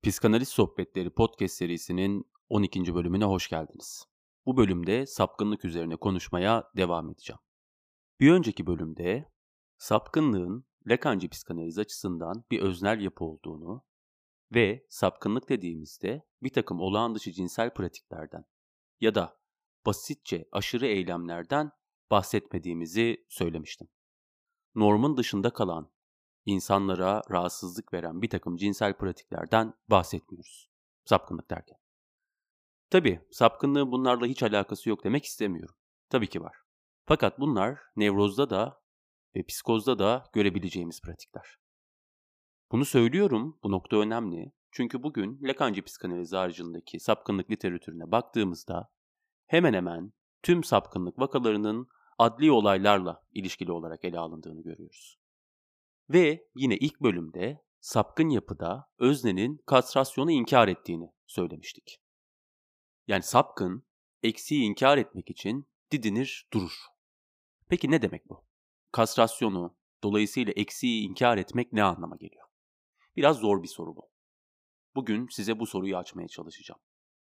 Psikanaliz Sohbetleri podcast serisinin 12. bölümüne hoş geldiniz. Bu bölümde sapkınlık üzerine konuşmaya devam edeceğim. Bir önceki bölümde sapkınlığın Lacanci psikanaliz açısından bir öznel yapı olduğunu ve sapkınlık dediğimizde bir takım olağan dışı cinsel pratiklerden ya da basitçe aşırı eylemlerden bahsetmediğimizi söylemiştim. Normun dışında kalan, insanlara rahatsızlık veren bir takım cinsel pratiklerden bahsetmiyoruz sapkınlık derken. Tabii sapkınlığın bunlarla hiç alakası yok demek istemiyorum. Tabii ki var. Fakat bunlar nevrozda da ve psikozda da görebileceğimiz pratikler. Bunu söylüyorum, bu nokta önemli. Çünkü bugün Lacanci psikanalizi haricindeki sapkınlık literatürüne baktığımızda hemen hemen tüm sapkınlık vakalarının adli olaylarla ilişkili olarak ele alındığını görüyoruz. Ve yine ilk bölümde sapkın yapıda öznenin kastrasyonu inkar ettiğini söylemiştik. Yani sapkın eksiği inkar etmek için didinir durur. Peki ne demek bu? Kastrasyonu, dolayısıyla eksiği inkar etmek ne anlama geliyor? Biraz zor bir soru bu. Bugün size bu soruyu açmaya çalışacağım.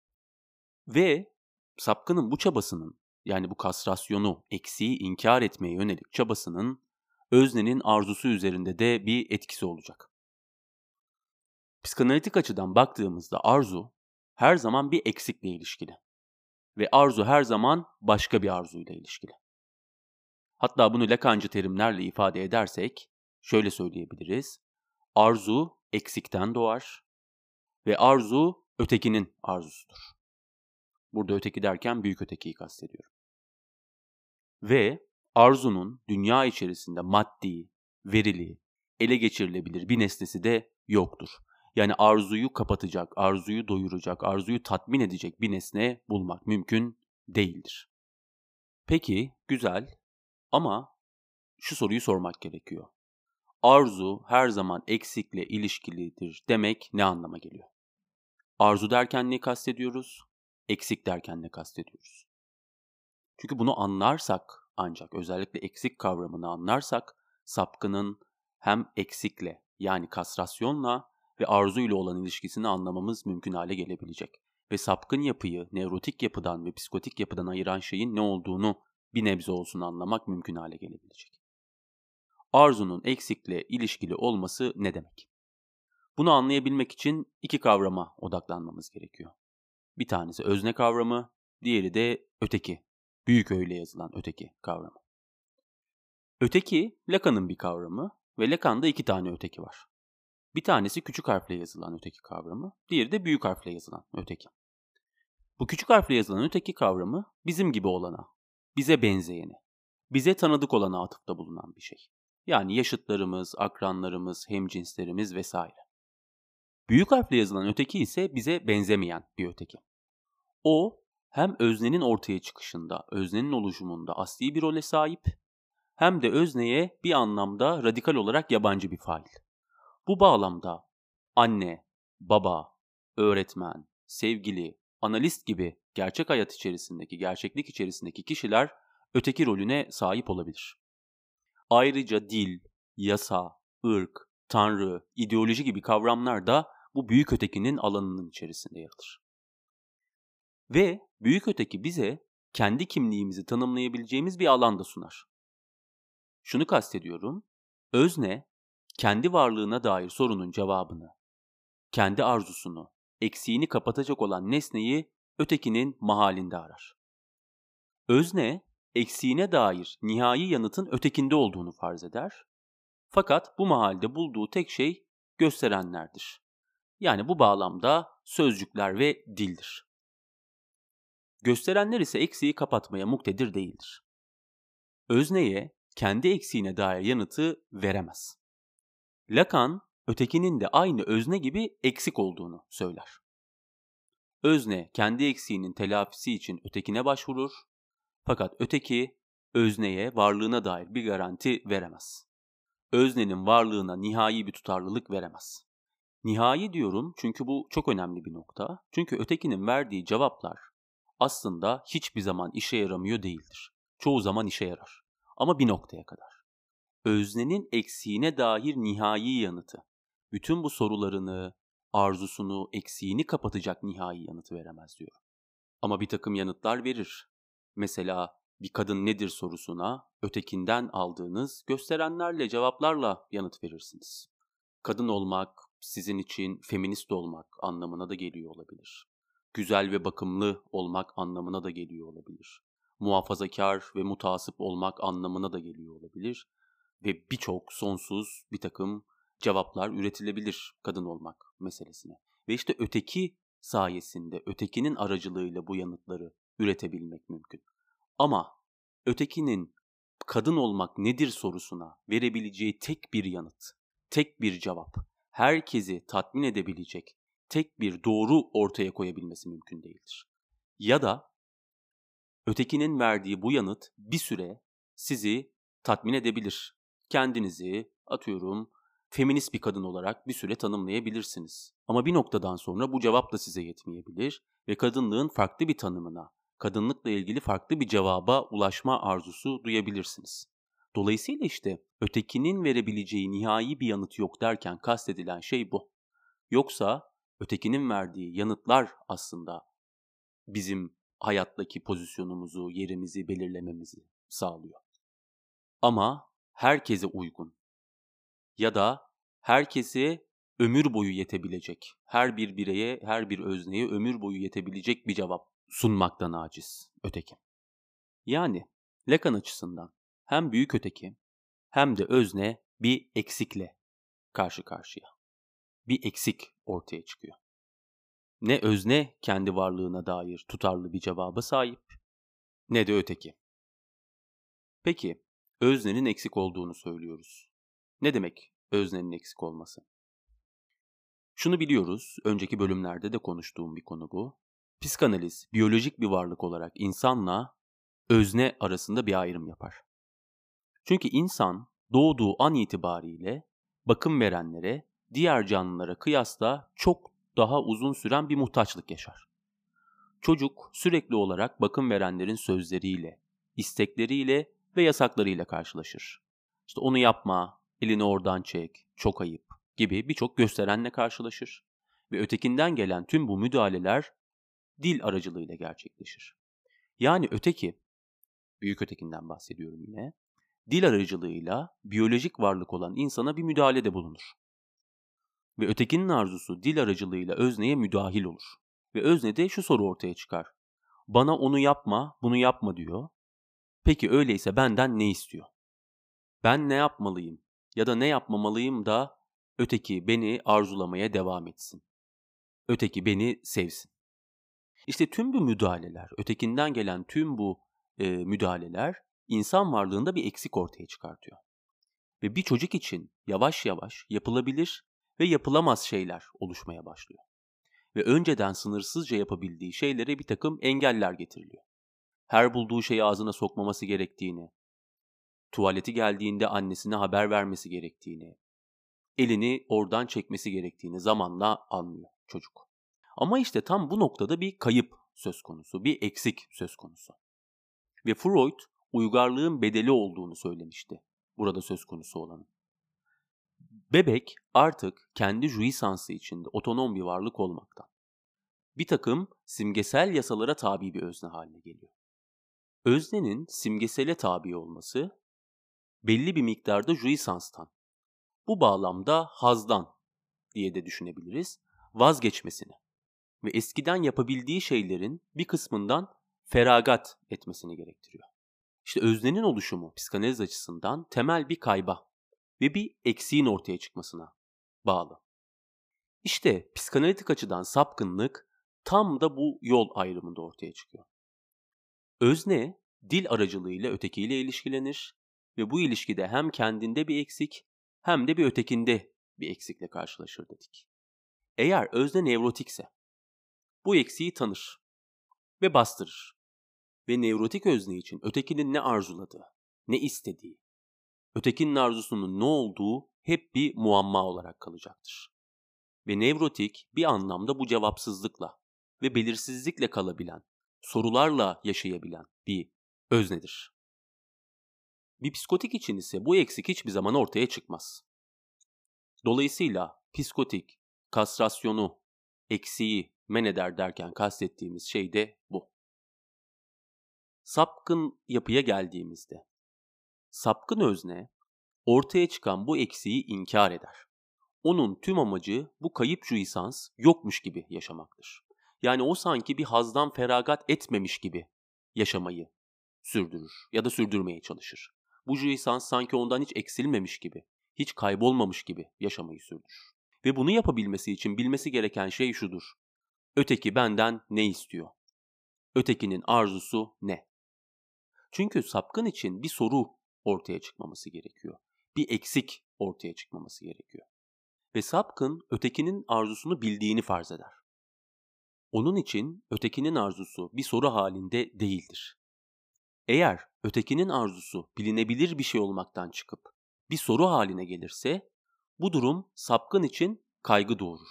Ve sapkının bu çabasının, yani bu kastrasyonu, eksiği inkar etmeye yönelik çabasının öznenin arzusu üzerinde de bir etkisi olacak. Psikanalitik açıdan baktığımızda arzu her zaman bir eksikle ilişkili ve arzu her zaman başka bir arzuyla ilişkili. Hatta bunu Lacanci terimlerle ifade edersek şöyle söyleyebiliriz. Arzu eksikten doğar ve arzu ötekinin arzusudur. Burada öteki derken büyük ötekiyi kastediyorum. Ve arzunun dünya içerisinde maddi, verili, ele geçirilebilir bir nesnesi de yoktur. Yani arzuyu kapatacak, arzuyu doyuracak, arzuyu tatmin edecek bir nesne bulmak mümkün değildir. Peki, güzel ama şu soruyu sormak gerekiyor. Arzu her zaman eksikle ilişkilidir demek ne anlama geliyor? Arzu derken ne kastediyoruz? Eksik derken ne kastediyoruz? Çünkü bunu anlarsak ancak özellikle eksik kavramını anlarsak sapkının hem eksikle yani kastrasyonla ve arzuyla olan ilişkisini anlamamız mümkün hale gelebilecek. Ve sapkın yapıyı nevrotik yapıdan ve psikotik yapıdan ayıran şeyin ne olduğunu bir nebze olsun anlamak mümkün hale gelebilecek. Arzunun eksikle ilişkili olması ne demek? Bunu anlayabilmek için iki kavrama odaklanmamız gerekiyor. Bir tanesi özne kavramı, diğeri de öteki. Büyük öyle yazılan öteki kavramı. Öteki Lacan'ın bir kavramı ve Lacan'da iki tane öteki var. Bir tanesi küçük harfle yazılan öteki kavramı, diğeri de büyük harfle yazılan öteki. Bu küçük harfle yazılan öteki kavramı bizim gibi olana, bize benzeyeni, bize tanıdık olana atıfta bulunan bir şey. Yani yaşıtlarımız, akranlarımız, hemcinslerimiz vesaire. Büyük harfle yazılan öteki ise bize benzemeyen bir öteki. O hem öznenin ortaya çıkışında, öznenin oluşumunda asli bir role sahip, hem de özneye bir anlamda radikal olarak yabancı bir fail. Bu bağlamda anne, baba, öğretmen, sevgili, analist gibi gerçek hayat içerisindeki, gerçeklik içerisindeki kişiler öteki rolüne sahip olabilir. Ayrıca dil, yasa, ırk, tanrı, ideoloji gibi kavramlar da bu büyük ötekinin alanının içerisinde yer alır. Ve büyük öteki bize kendi kimliğimizi tanımlayabileceğimiz bir alan da sunar. Şunu kastediyorum, özne kendi varlığına dair sorunun cevabını, kendi arzusunu, eksiğini kapatacak olan nesneyi ötekinin mahalinde arar. Özne, eksiğine dair nihai yanıtın ötekinde olduğunu farz eder. Fakat bu mahalde bulduğu tek şey gösterenlerdir. Yani bu bağlamda sözcükler ve dildir. Gösterenler ise eksiği kapatmaya muktedir değildir. Özneye kendi eksiğine dair yanıtı veremez. Lacan, ötekinin de aynı özne gibi eksik olduğunu söyler. Özne kendi eksiğinin telafisi için ötekine başvurur, fakat öteki özneye varlığına dair bir garanti veremez. Öznenin varlığına nihai bir tutarlılık veremez. Nihai diyorum çünkü bu çok önemli bir nokta. Çünkü ötekinin verdiği cevaplar aslında hiçbir zaman işe yaramıyor değildir. Çoğu zaman işe yarar. Ama bir noktaya kadar. Öznenin eksiğine dair nihai yanıtı, bütün bu sorularını, arzusunu, eksiğini kapatacak nihai yanıtı veremez diyor. Ama bir takım yanıtlar verir. Mesela bir kadın nedir sorusuna ötekinden aldığınız gösterenlerle, cevaplarla yanıt verirsiniz. Kadın olmak sizin için feminist olmak anlamına da geliyor olabilir. Güzel ve bakımlı olmak anlamına da geliyor olabilir. Muhafazakar ve mutasip olmak anlamına da geliyor olabilir. Ve birçok sonsuz bir takım cevaplar üretilebilir kadın olmak meselesine. Ve işte öteki sayesinde, ötekinin aracılığıyla bu yanıtları üretebilmek mümkün. Ama ötekinin kadın olmak nedir sorusuna verebileceği tek bir yanıt, tek bir cevap, herkesi tatmin edebilecek tek bir doğru ortaya koyabilmesi mümkün değildir. Ya da ötekinin verdiği bu yanıt bir süre sizi tatmin edebilir. Kendinizi, atıyorum, feminist bir kadın olarak bir süre tanımlayabilirsiniz. Ama bir noktadan sonra bu cevap da size yetmeyebilir ve kadınlığın farklı bir tanımına, kadınlıkla ilgili farklı bir cevaba ulaşma arzusu duyabilirsiniz. Dolayısıyla işte ötekinin verebileceği nihai bir yanıt yok derken kastedilen şey bu. Yoksa ötekinin verdiği yanıtlar aslında bizim hayattaki pozisyonumuzu, yerimizi belirlememizi sağlıyor. Ama herkese uygun ya da herkese ömür boyu yetebilecek, her bir bireye, her bir özneye ömür boyu yetebilecek bir cevap sunmaktan aciz öteki. Yani Lacan açısından hem büyük öteki hem de özne bir eksikle karşı karşıya. Bir eksik ortaya çıkıyor. Ne özne kendi varlığına dair tutarlı bir cevaba sahip, ne de öteki. Peki, öznenin eksik olduğunu söylüyoruz. Ne demek öznenin eksik olması? Şunu biliyoruz, önceki bölümlerde de konuştuğum bir konu bu. Psikanaliz, biyolojik bir varlık olarak insanla özne arasında bir ayrım yapar. Çünkü insan doğduğu an itibariyle bakım verenlere, diğer canlılara kıyasla çok daha uzun süren bir muhtaçlık yaşar. Çocuk sürekli olarak bakım verenlerin sözleriyle, istekleriyle ve yasaklarıyla karşılaşır. İşte onu yapma, elini oradan çek, çok ayıp gibi birçok gösterenle karşılaşır. Ve ötekinden gelen tüm bu müdahaleler dil aracılığıyla gerçekleşir. Yani öteki, büyük ötekinden bahsediyorum yine, dil aracılığıyla biyolojik varlık olan insana bir müdahalede bulunur. Ve ötekinin arzusu dil aracılığıyla özneye müdahil olur. Ve öznede şu soru ortaya çıkar. Bana onu yapma, bunu yapma diyor. Peki öyleyse benden ne istiyor? Ben ne yapmalıyım ya da ne yapmamalıyım da öteki beni arzulamaya devam etsin. Öteki beni sevsin. İşte tüm bu müdahaleler, ötekinden gelen tüm bu müdahaleler insan varlığında bir eksik ortaya çıkartıyor. Ve bir çocuk için yavaş yavaş yapılabilir ve yapılamaz şeyler oluşmaya başlıyor. Ve önceden sınırsızca yapabildiği şeylere bir takım engeller getiriliyor. Her bulduğu şeyi ağzına sokmaması gerektiğini, tuvaleti geldiğinde annesine haber vermesi gerektiğini, elini oradan çekmesi gerektiğini zamanla anlıyor çocuk. Ama işte tam bu noktada bir kayıp söz konusu, bir eksik söz konusu. Ve Freud uygarlığın bedeli olduğunu söylemişti burada söz konusu olanın. Bebek artık kendi jouissansı içinde otonom bir varlık olmaktan bir takım simgesel yasalara tabi bir özne haline geliyor. Öznenin simgesele tabi olması belli bir miktarda jouissanstan, bu bağlamda hazdan diye de düşünebiliriz, vazgeçmesini ve eskiden yapabildiği şeylerin bir kısmından feragat etmesini gerektiriyor. İşte öznenin oluşumu psikanaliz açısından temel bir kayba ve bir eksiğin ortaya çıkmasına bağlı. İşte psikanalitik açıdan sapkınlık tam da bu yol ayrımında ortaya çıkıyor. Özne dil aracılığıyla ötekiyle ilişkilenir ve bu ilişkide hem kendinde bir eksik hem de bir ötekinde bir eksikle karşılaşır dedik. Eğer özne nevrotikse bu eksiği tanır ve bastırır ve nevrotik özne için ötekinin ne arzuladığı, ne istediği, ötekinin arzusunun ne olduğu hep bir muamma olarak kalacaktır. Ve nevrotik bir anlamda bu cevapsızlıkla ve belirsizlikle kalabilen, sorularla yaşayabilen bir öznedir. Bir psikotik için ise bu eksik hiçbir zaman ortaya çıkmaz. Dolayısıyla psikotik kastrasyonu, eksiği men eder derken kastettiğimiz şey de bu. Sapkın yapıya geldiğimizde, sapkın özne ortaya çıkan bu eksiği inkar eder. Onun tüm amacı bu kayıp jouissance yokmuş gibi yaşamaktır. Yani o sanki bir hazdan feragat etmemiş gibi yaşamayı sürdürür ya da sürdürmeye çalışır. Bu jouissance sanki ondan hiç eksilmemiş gibi, hiç kaybolmamış gibi yaşamayı sürdürür. Ve bunu yapabilmesi için bilmesi gereken şey şudur: öteki benden ne istiyor? Ötekinin arzusu ne? Çünkü sapkın için bir soru ortaya çıkmaması gerekiyor. Bir eksik ortaya çıkmaması gerekiyor. Ve sapkın ötekinin arzusunu bildiğini farz eder. Onun için ötekinin arzusu bir soru halinde değildir. Eğer ötekinin arzusu bilinebilir bir şey olmaktan çıkıp bir soru haline gelirse, bu durum sapkın için kaygı doğurur.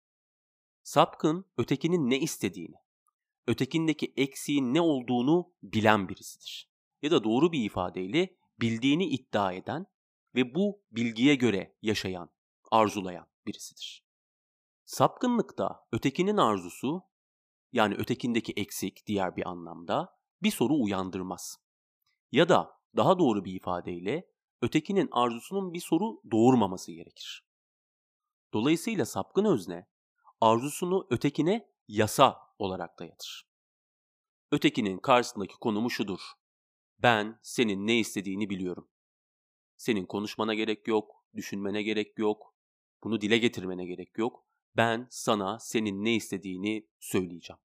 Sapkın ötekinin ne istediğini, ötekindeki eksiğin ne olduğunu bilen birisidir. Ya da doğru bir ifadeyle bildiğini iddia eden ve bu bilgiye göre yaşayan, arzulayan birisidir. Sapkınlıkta ötekinin arzusu, yani ötekindeki eksik diğer bir anlamda, bir soru uyandırmaz. Ya da daha doğru bir ifadeyle ötekinin arzusunun bir soru doğurmaması gerekir. Dolayısıyla sapkın özne arzusunu ötekine yasa olarak dayatır. Ötekinin karşısındaki konumu şudur: ben senin ne istediğini biliyorum. Senin konuşmana gerek yok, düşünmene gerek yok, bunu dile getirmene gerek yok. Ben sana senin ne istediğini söyleyeceğim.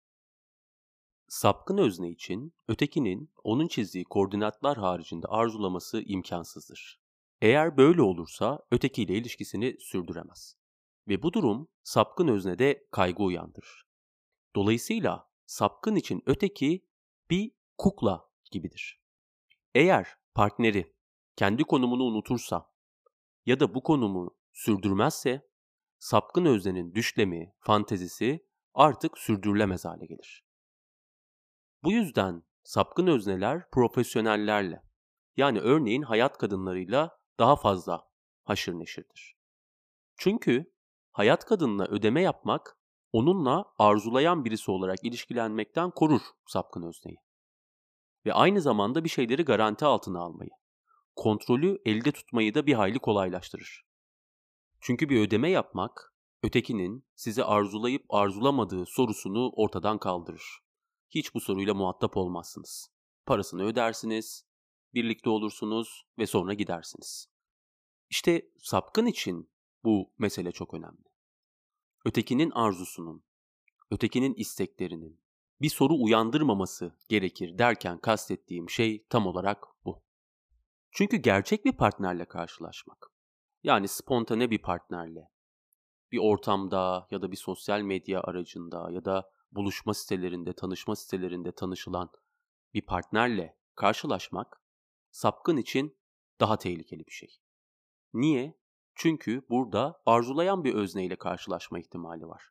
Sapkın özne için ötekinin onun çizdiği koordinatlar haricinde arzulaması imkansızdır. Eğer böyle olursa ötekiyle ilişkisini sürdüremez. Ve bu durum sapkın öznede kaygı uyandırır. Dolayısıyla sapkın için öteki bir kukla gibidir. Eğer partneri kendi konumunu unutursa ya da bu konumu sürdürmezse, sapkın öznenin düşlemi, fantezisi artık sürdürülemez hale gelir. Bu yüzden sapkın özneler profesyonellerle, yani örneğin hayat kadınlarıyla daha fazla haşır neşirdir. Çünkü hayat kadınına ödeme yapmak, onunla arzulayan birisi olarak ilişkilenmekten korur sapkın özneyi. Ve aynı zamanda bir şeyleri garanti altına almayı, kontrolü elde tutmayı da bir hayli kolaylaştırır. Çünkü bir ödeme yapmak, ötekinin sizi arzulayıp arzulamadığı sorusunu ortadan kaldırır. Hiç bu soruyla muhatap olmazsınız. Parasını ödersiniz, birlikte olursunuz ve sonra gidersiniz. İşte sapkın için bu mesele çok önemli. Ötekinin arzusunun, ötekinin isteklerinin bir soru uyandırmaması gerekir derken kastettiğim şey tam olarak bu. Çünkü gerçek bir partnerle karşılaşmak, yani spontane bir partnerle, bir ortamda ya da bir sosyal medya aracında ya da buluşma sitelerinde, tanışma sitelerinde tanışılan bir partnerle karşılaşmak sapkın için daha tehlikeli bir şey. Niye? Çünkü burada arzulayan bir özneyle karşılaşma ihtimali var.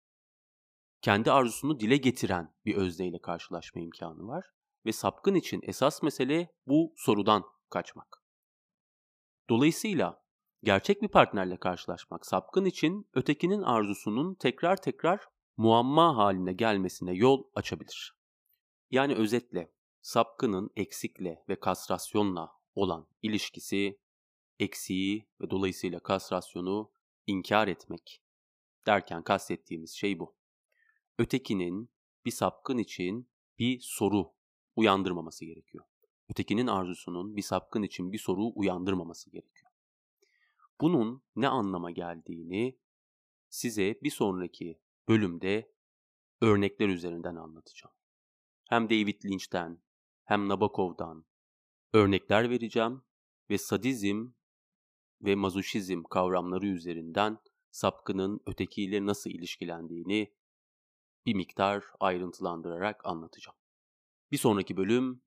Kendi arzusunu dile getiren bir özneyle karşılaşma imkanı var ve sapkın için esas mesele bu sorudan kaçmak. Dolayısıyla gerçek bir partnerle karşılaşmak sapkın için ötekinin arzusunun tekrar tekrar muamma haline gelmesine yol açabilir. Yani özetle sapkının eksikle ve kastrasyonla olan ilişkisi, eksiği ve dolayısıyla kastrasyonu inkar etmek derken kastettiğimiz şey bu. Ötekinin bir sapkın için bir soru uyandırmaması gerekiyor. Ötekinin arzusunun bir sapkın için bir soru uyandırmaması gerekiyor. Bunun ne anlama geldiğini size bir sonraki bölümde örnekler üzerinden anlatacağım. Hem David Lynch'ten hem Nabokov'dan örnekler vereceğim ve sadizm ve mazoşizm kavramları üzerinden sapkının ötekiyle nasıl ilişkilendiğini bir miktar ayrıntılandırarak anlatacağım. Bir sonraki bölüm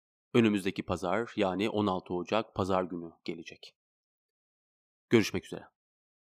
önümüzdeki pazar, yani 16 Ocak pazar günü gelecek. Görüşmek üzere.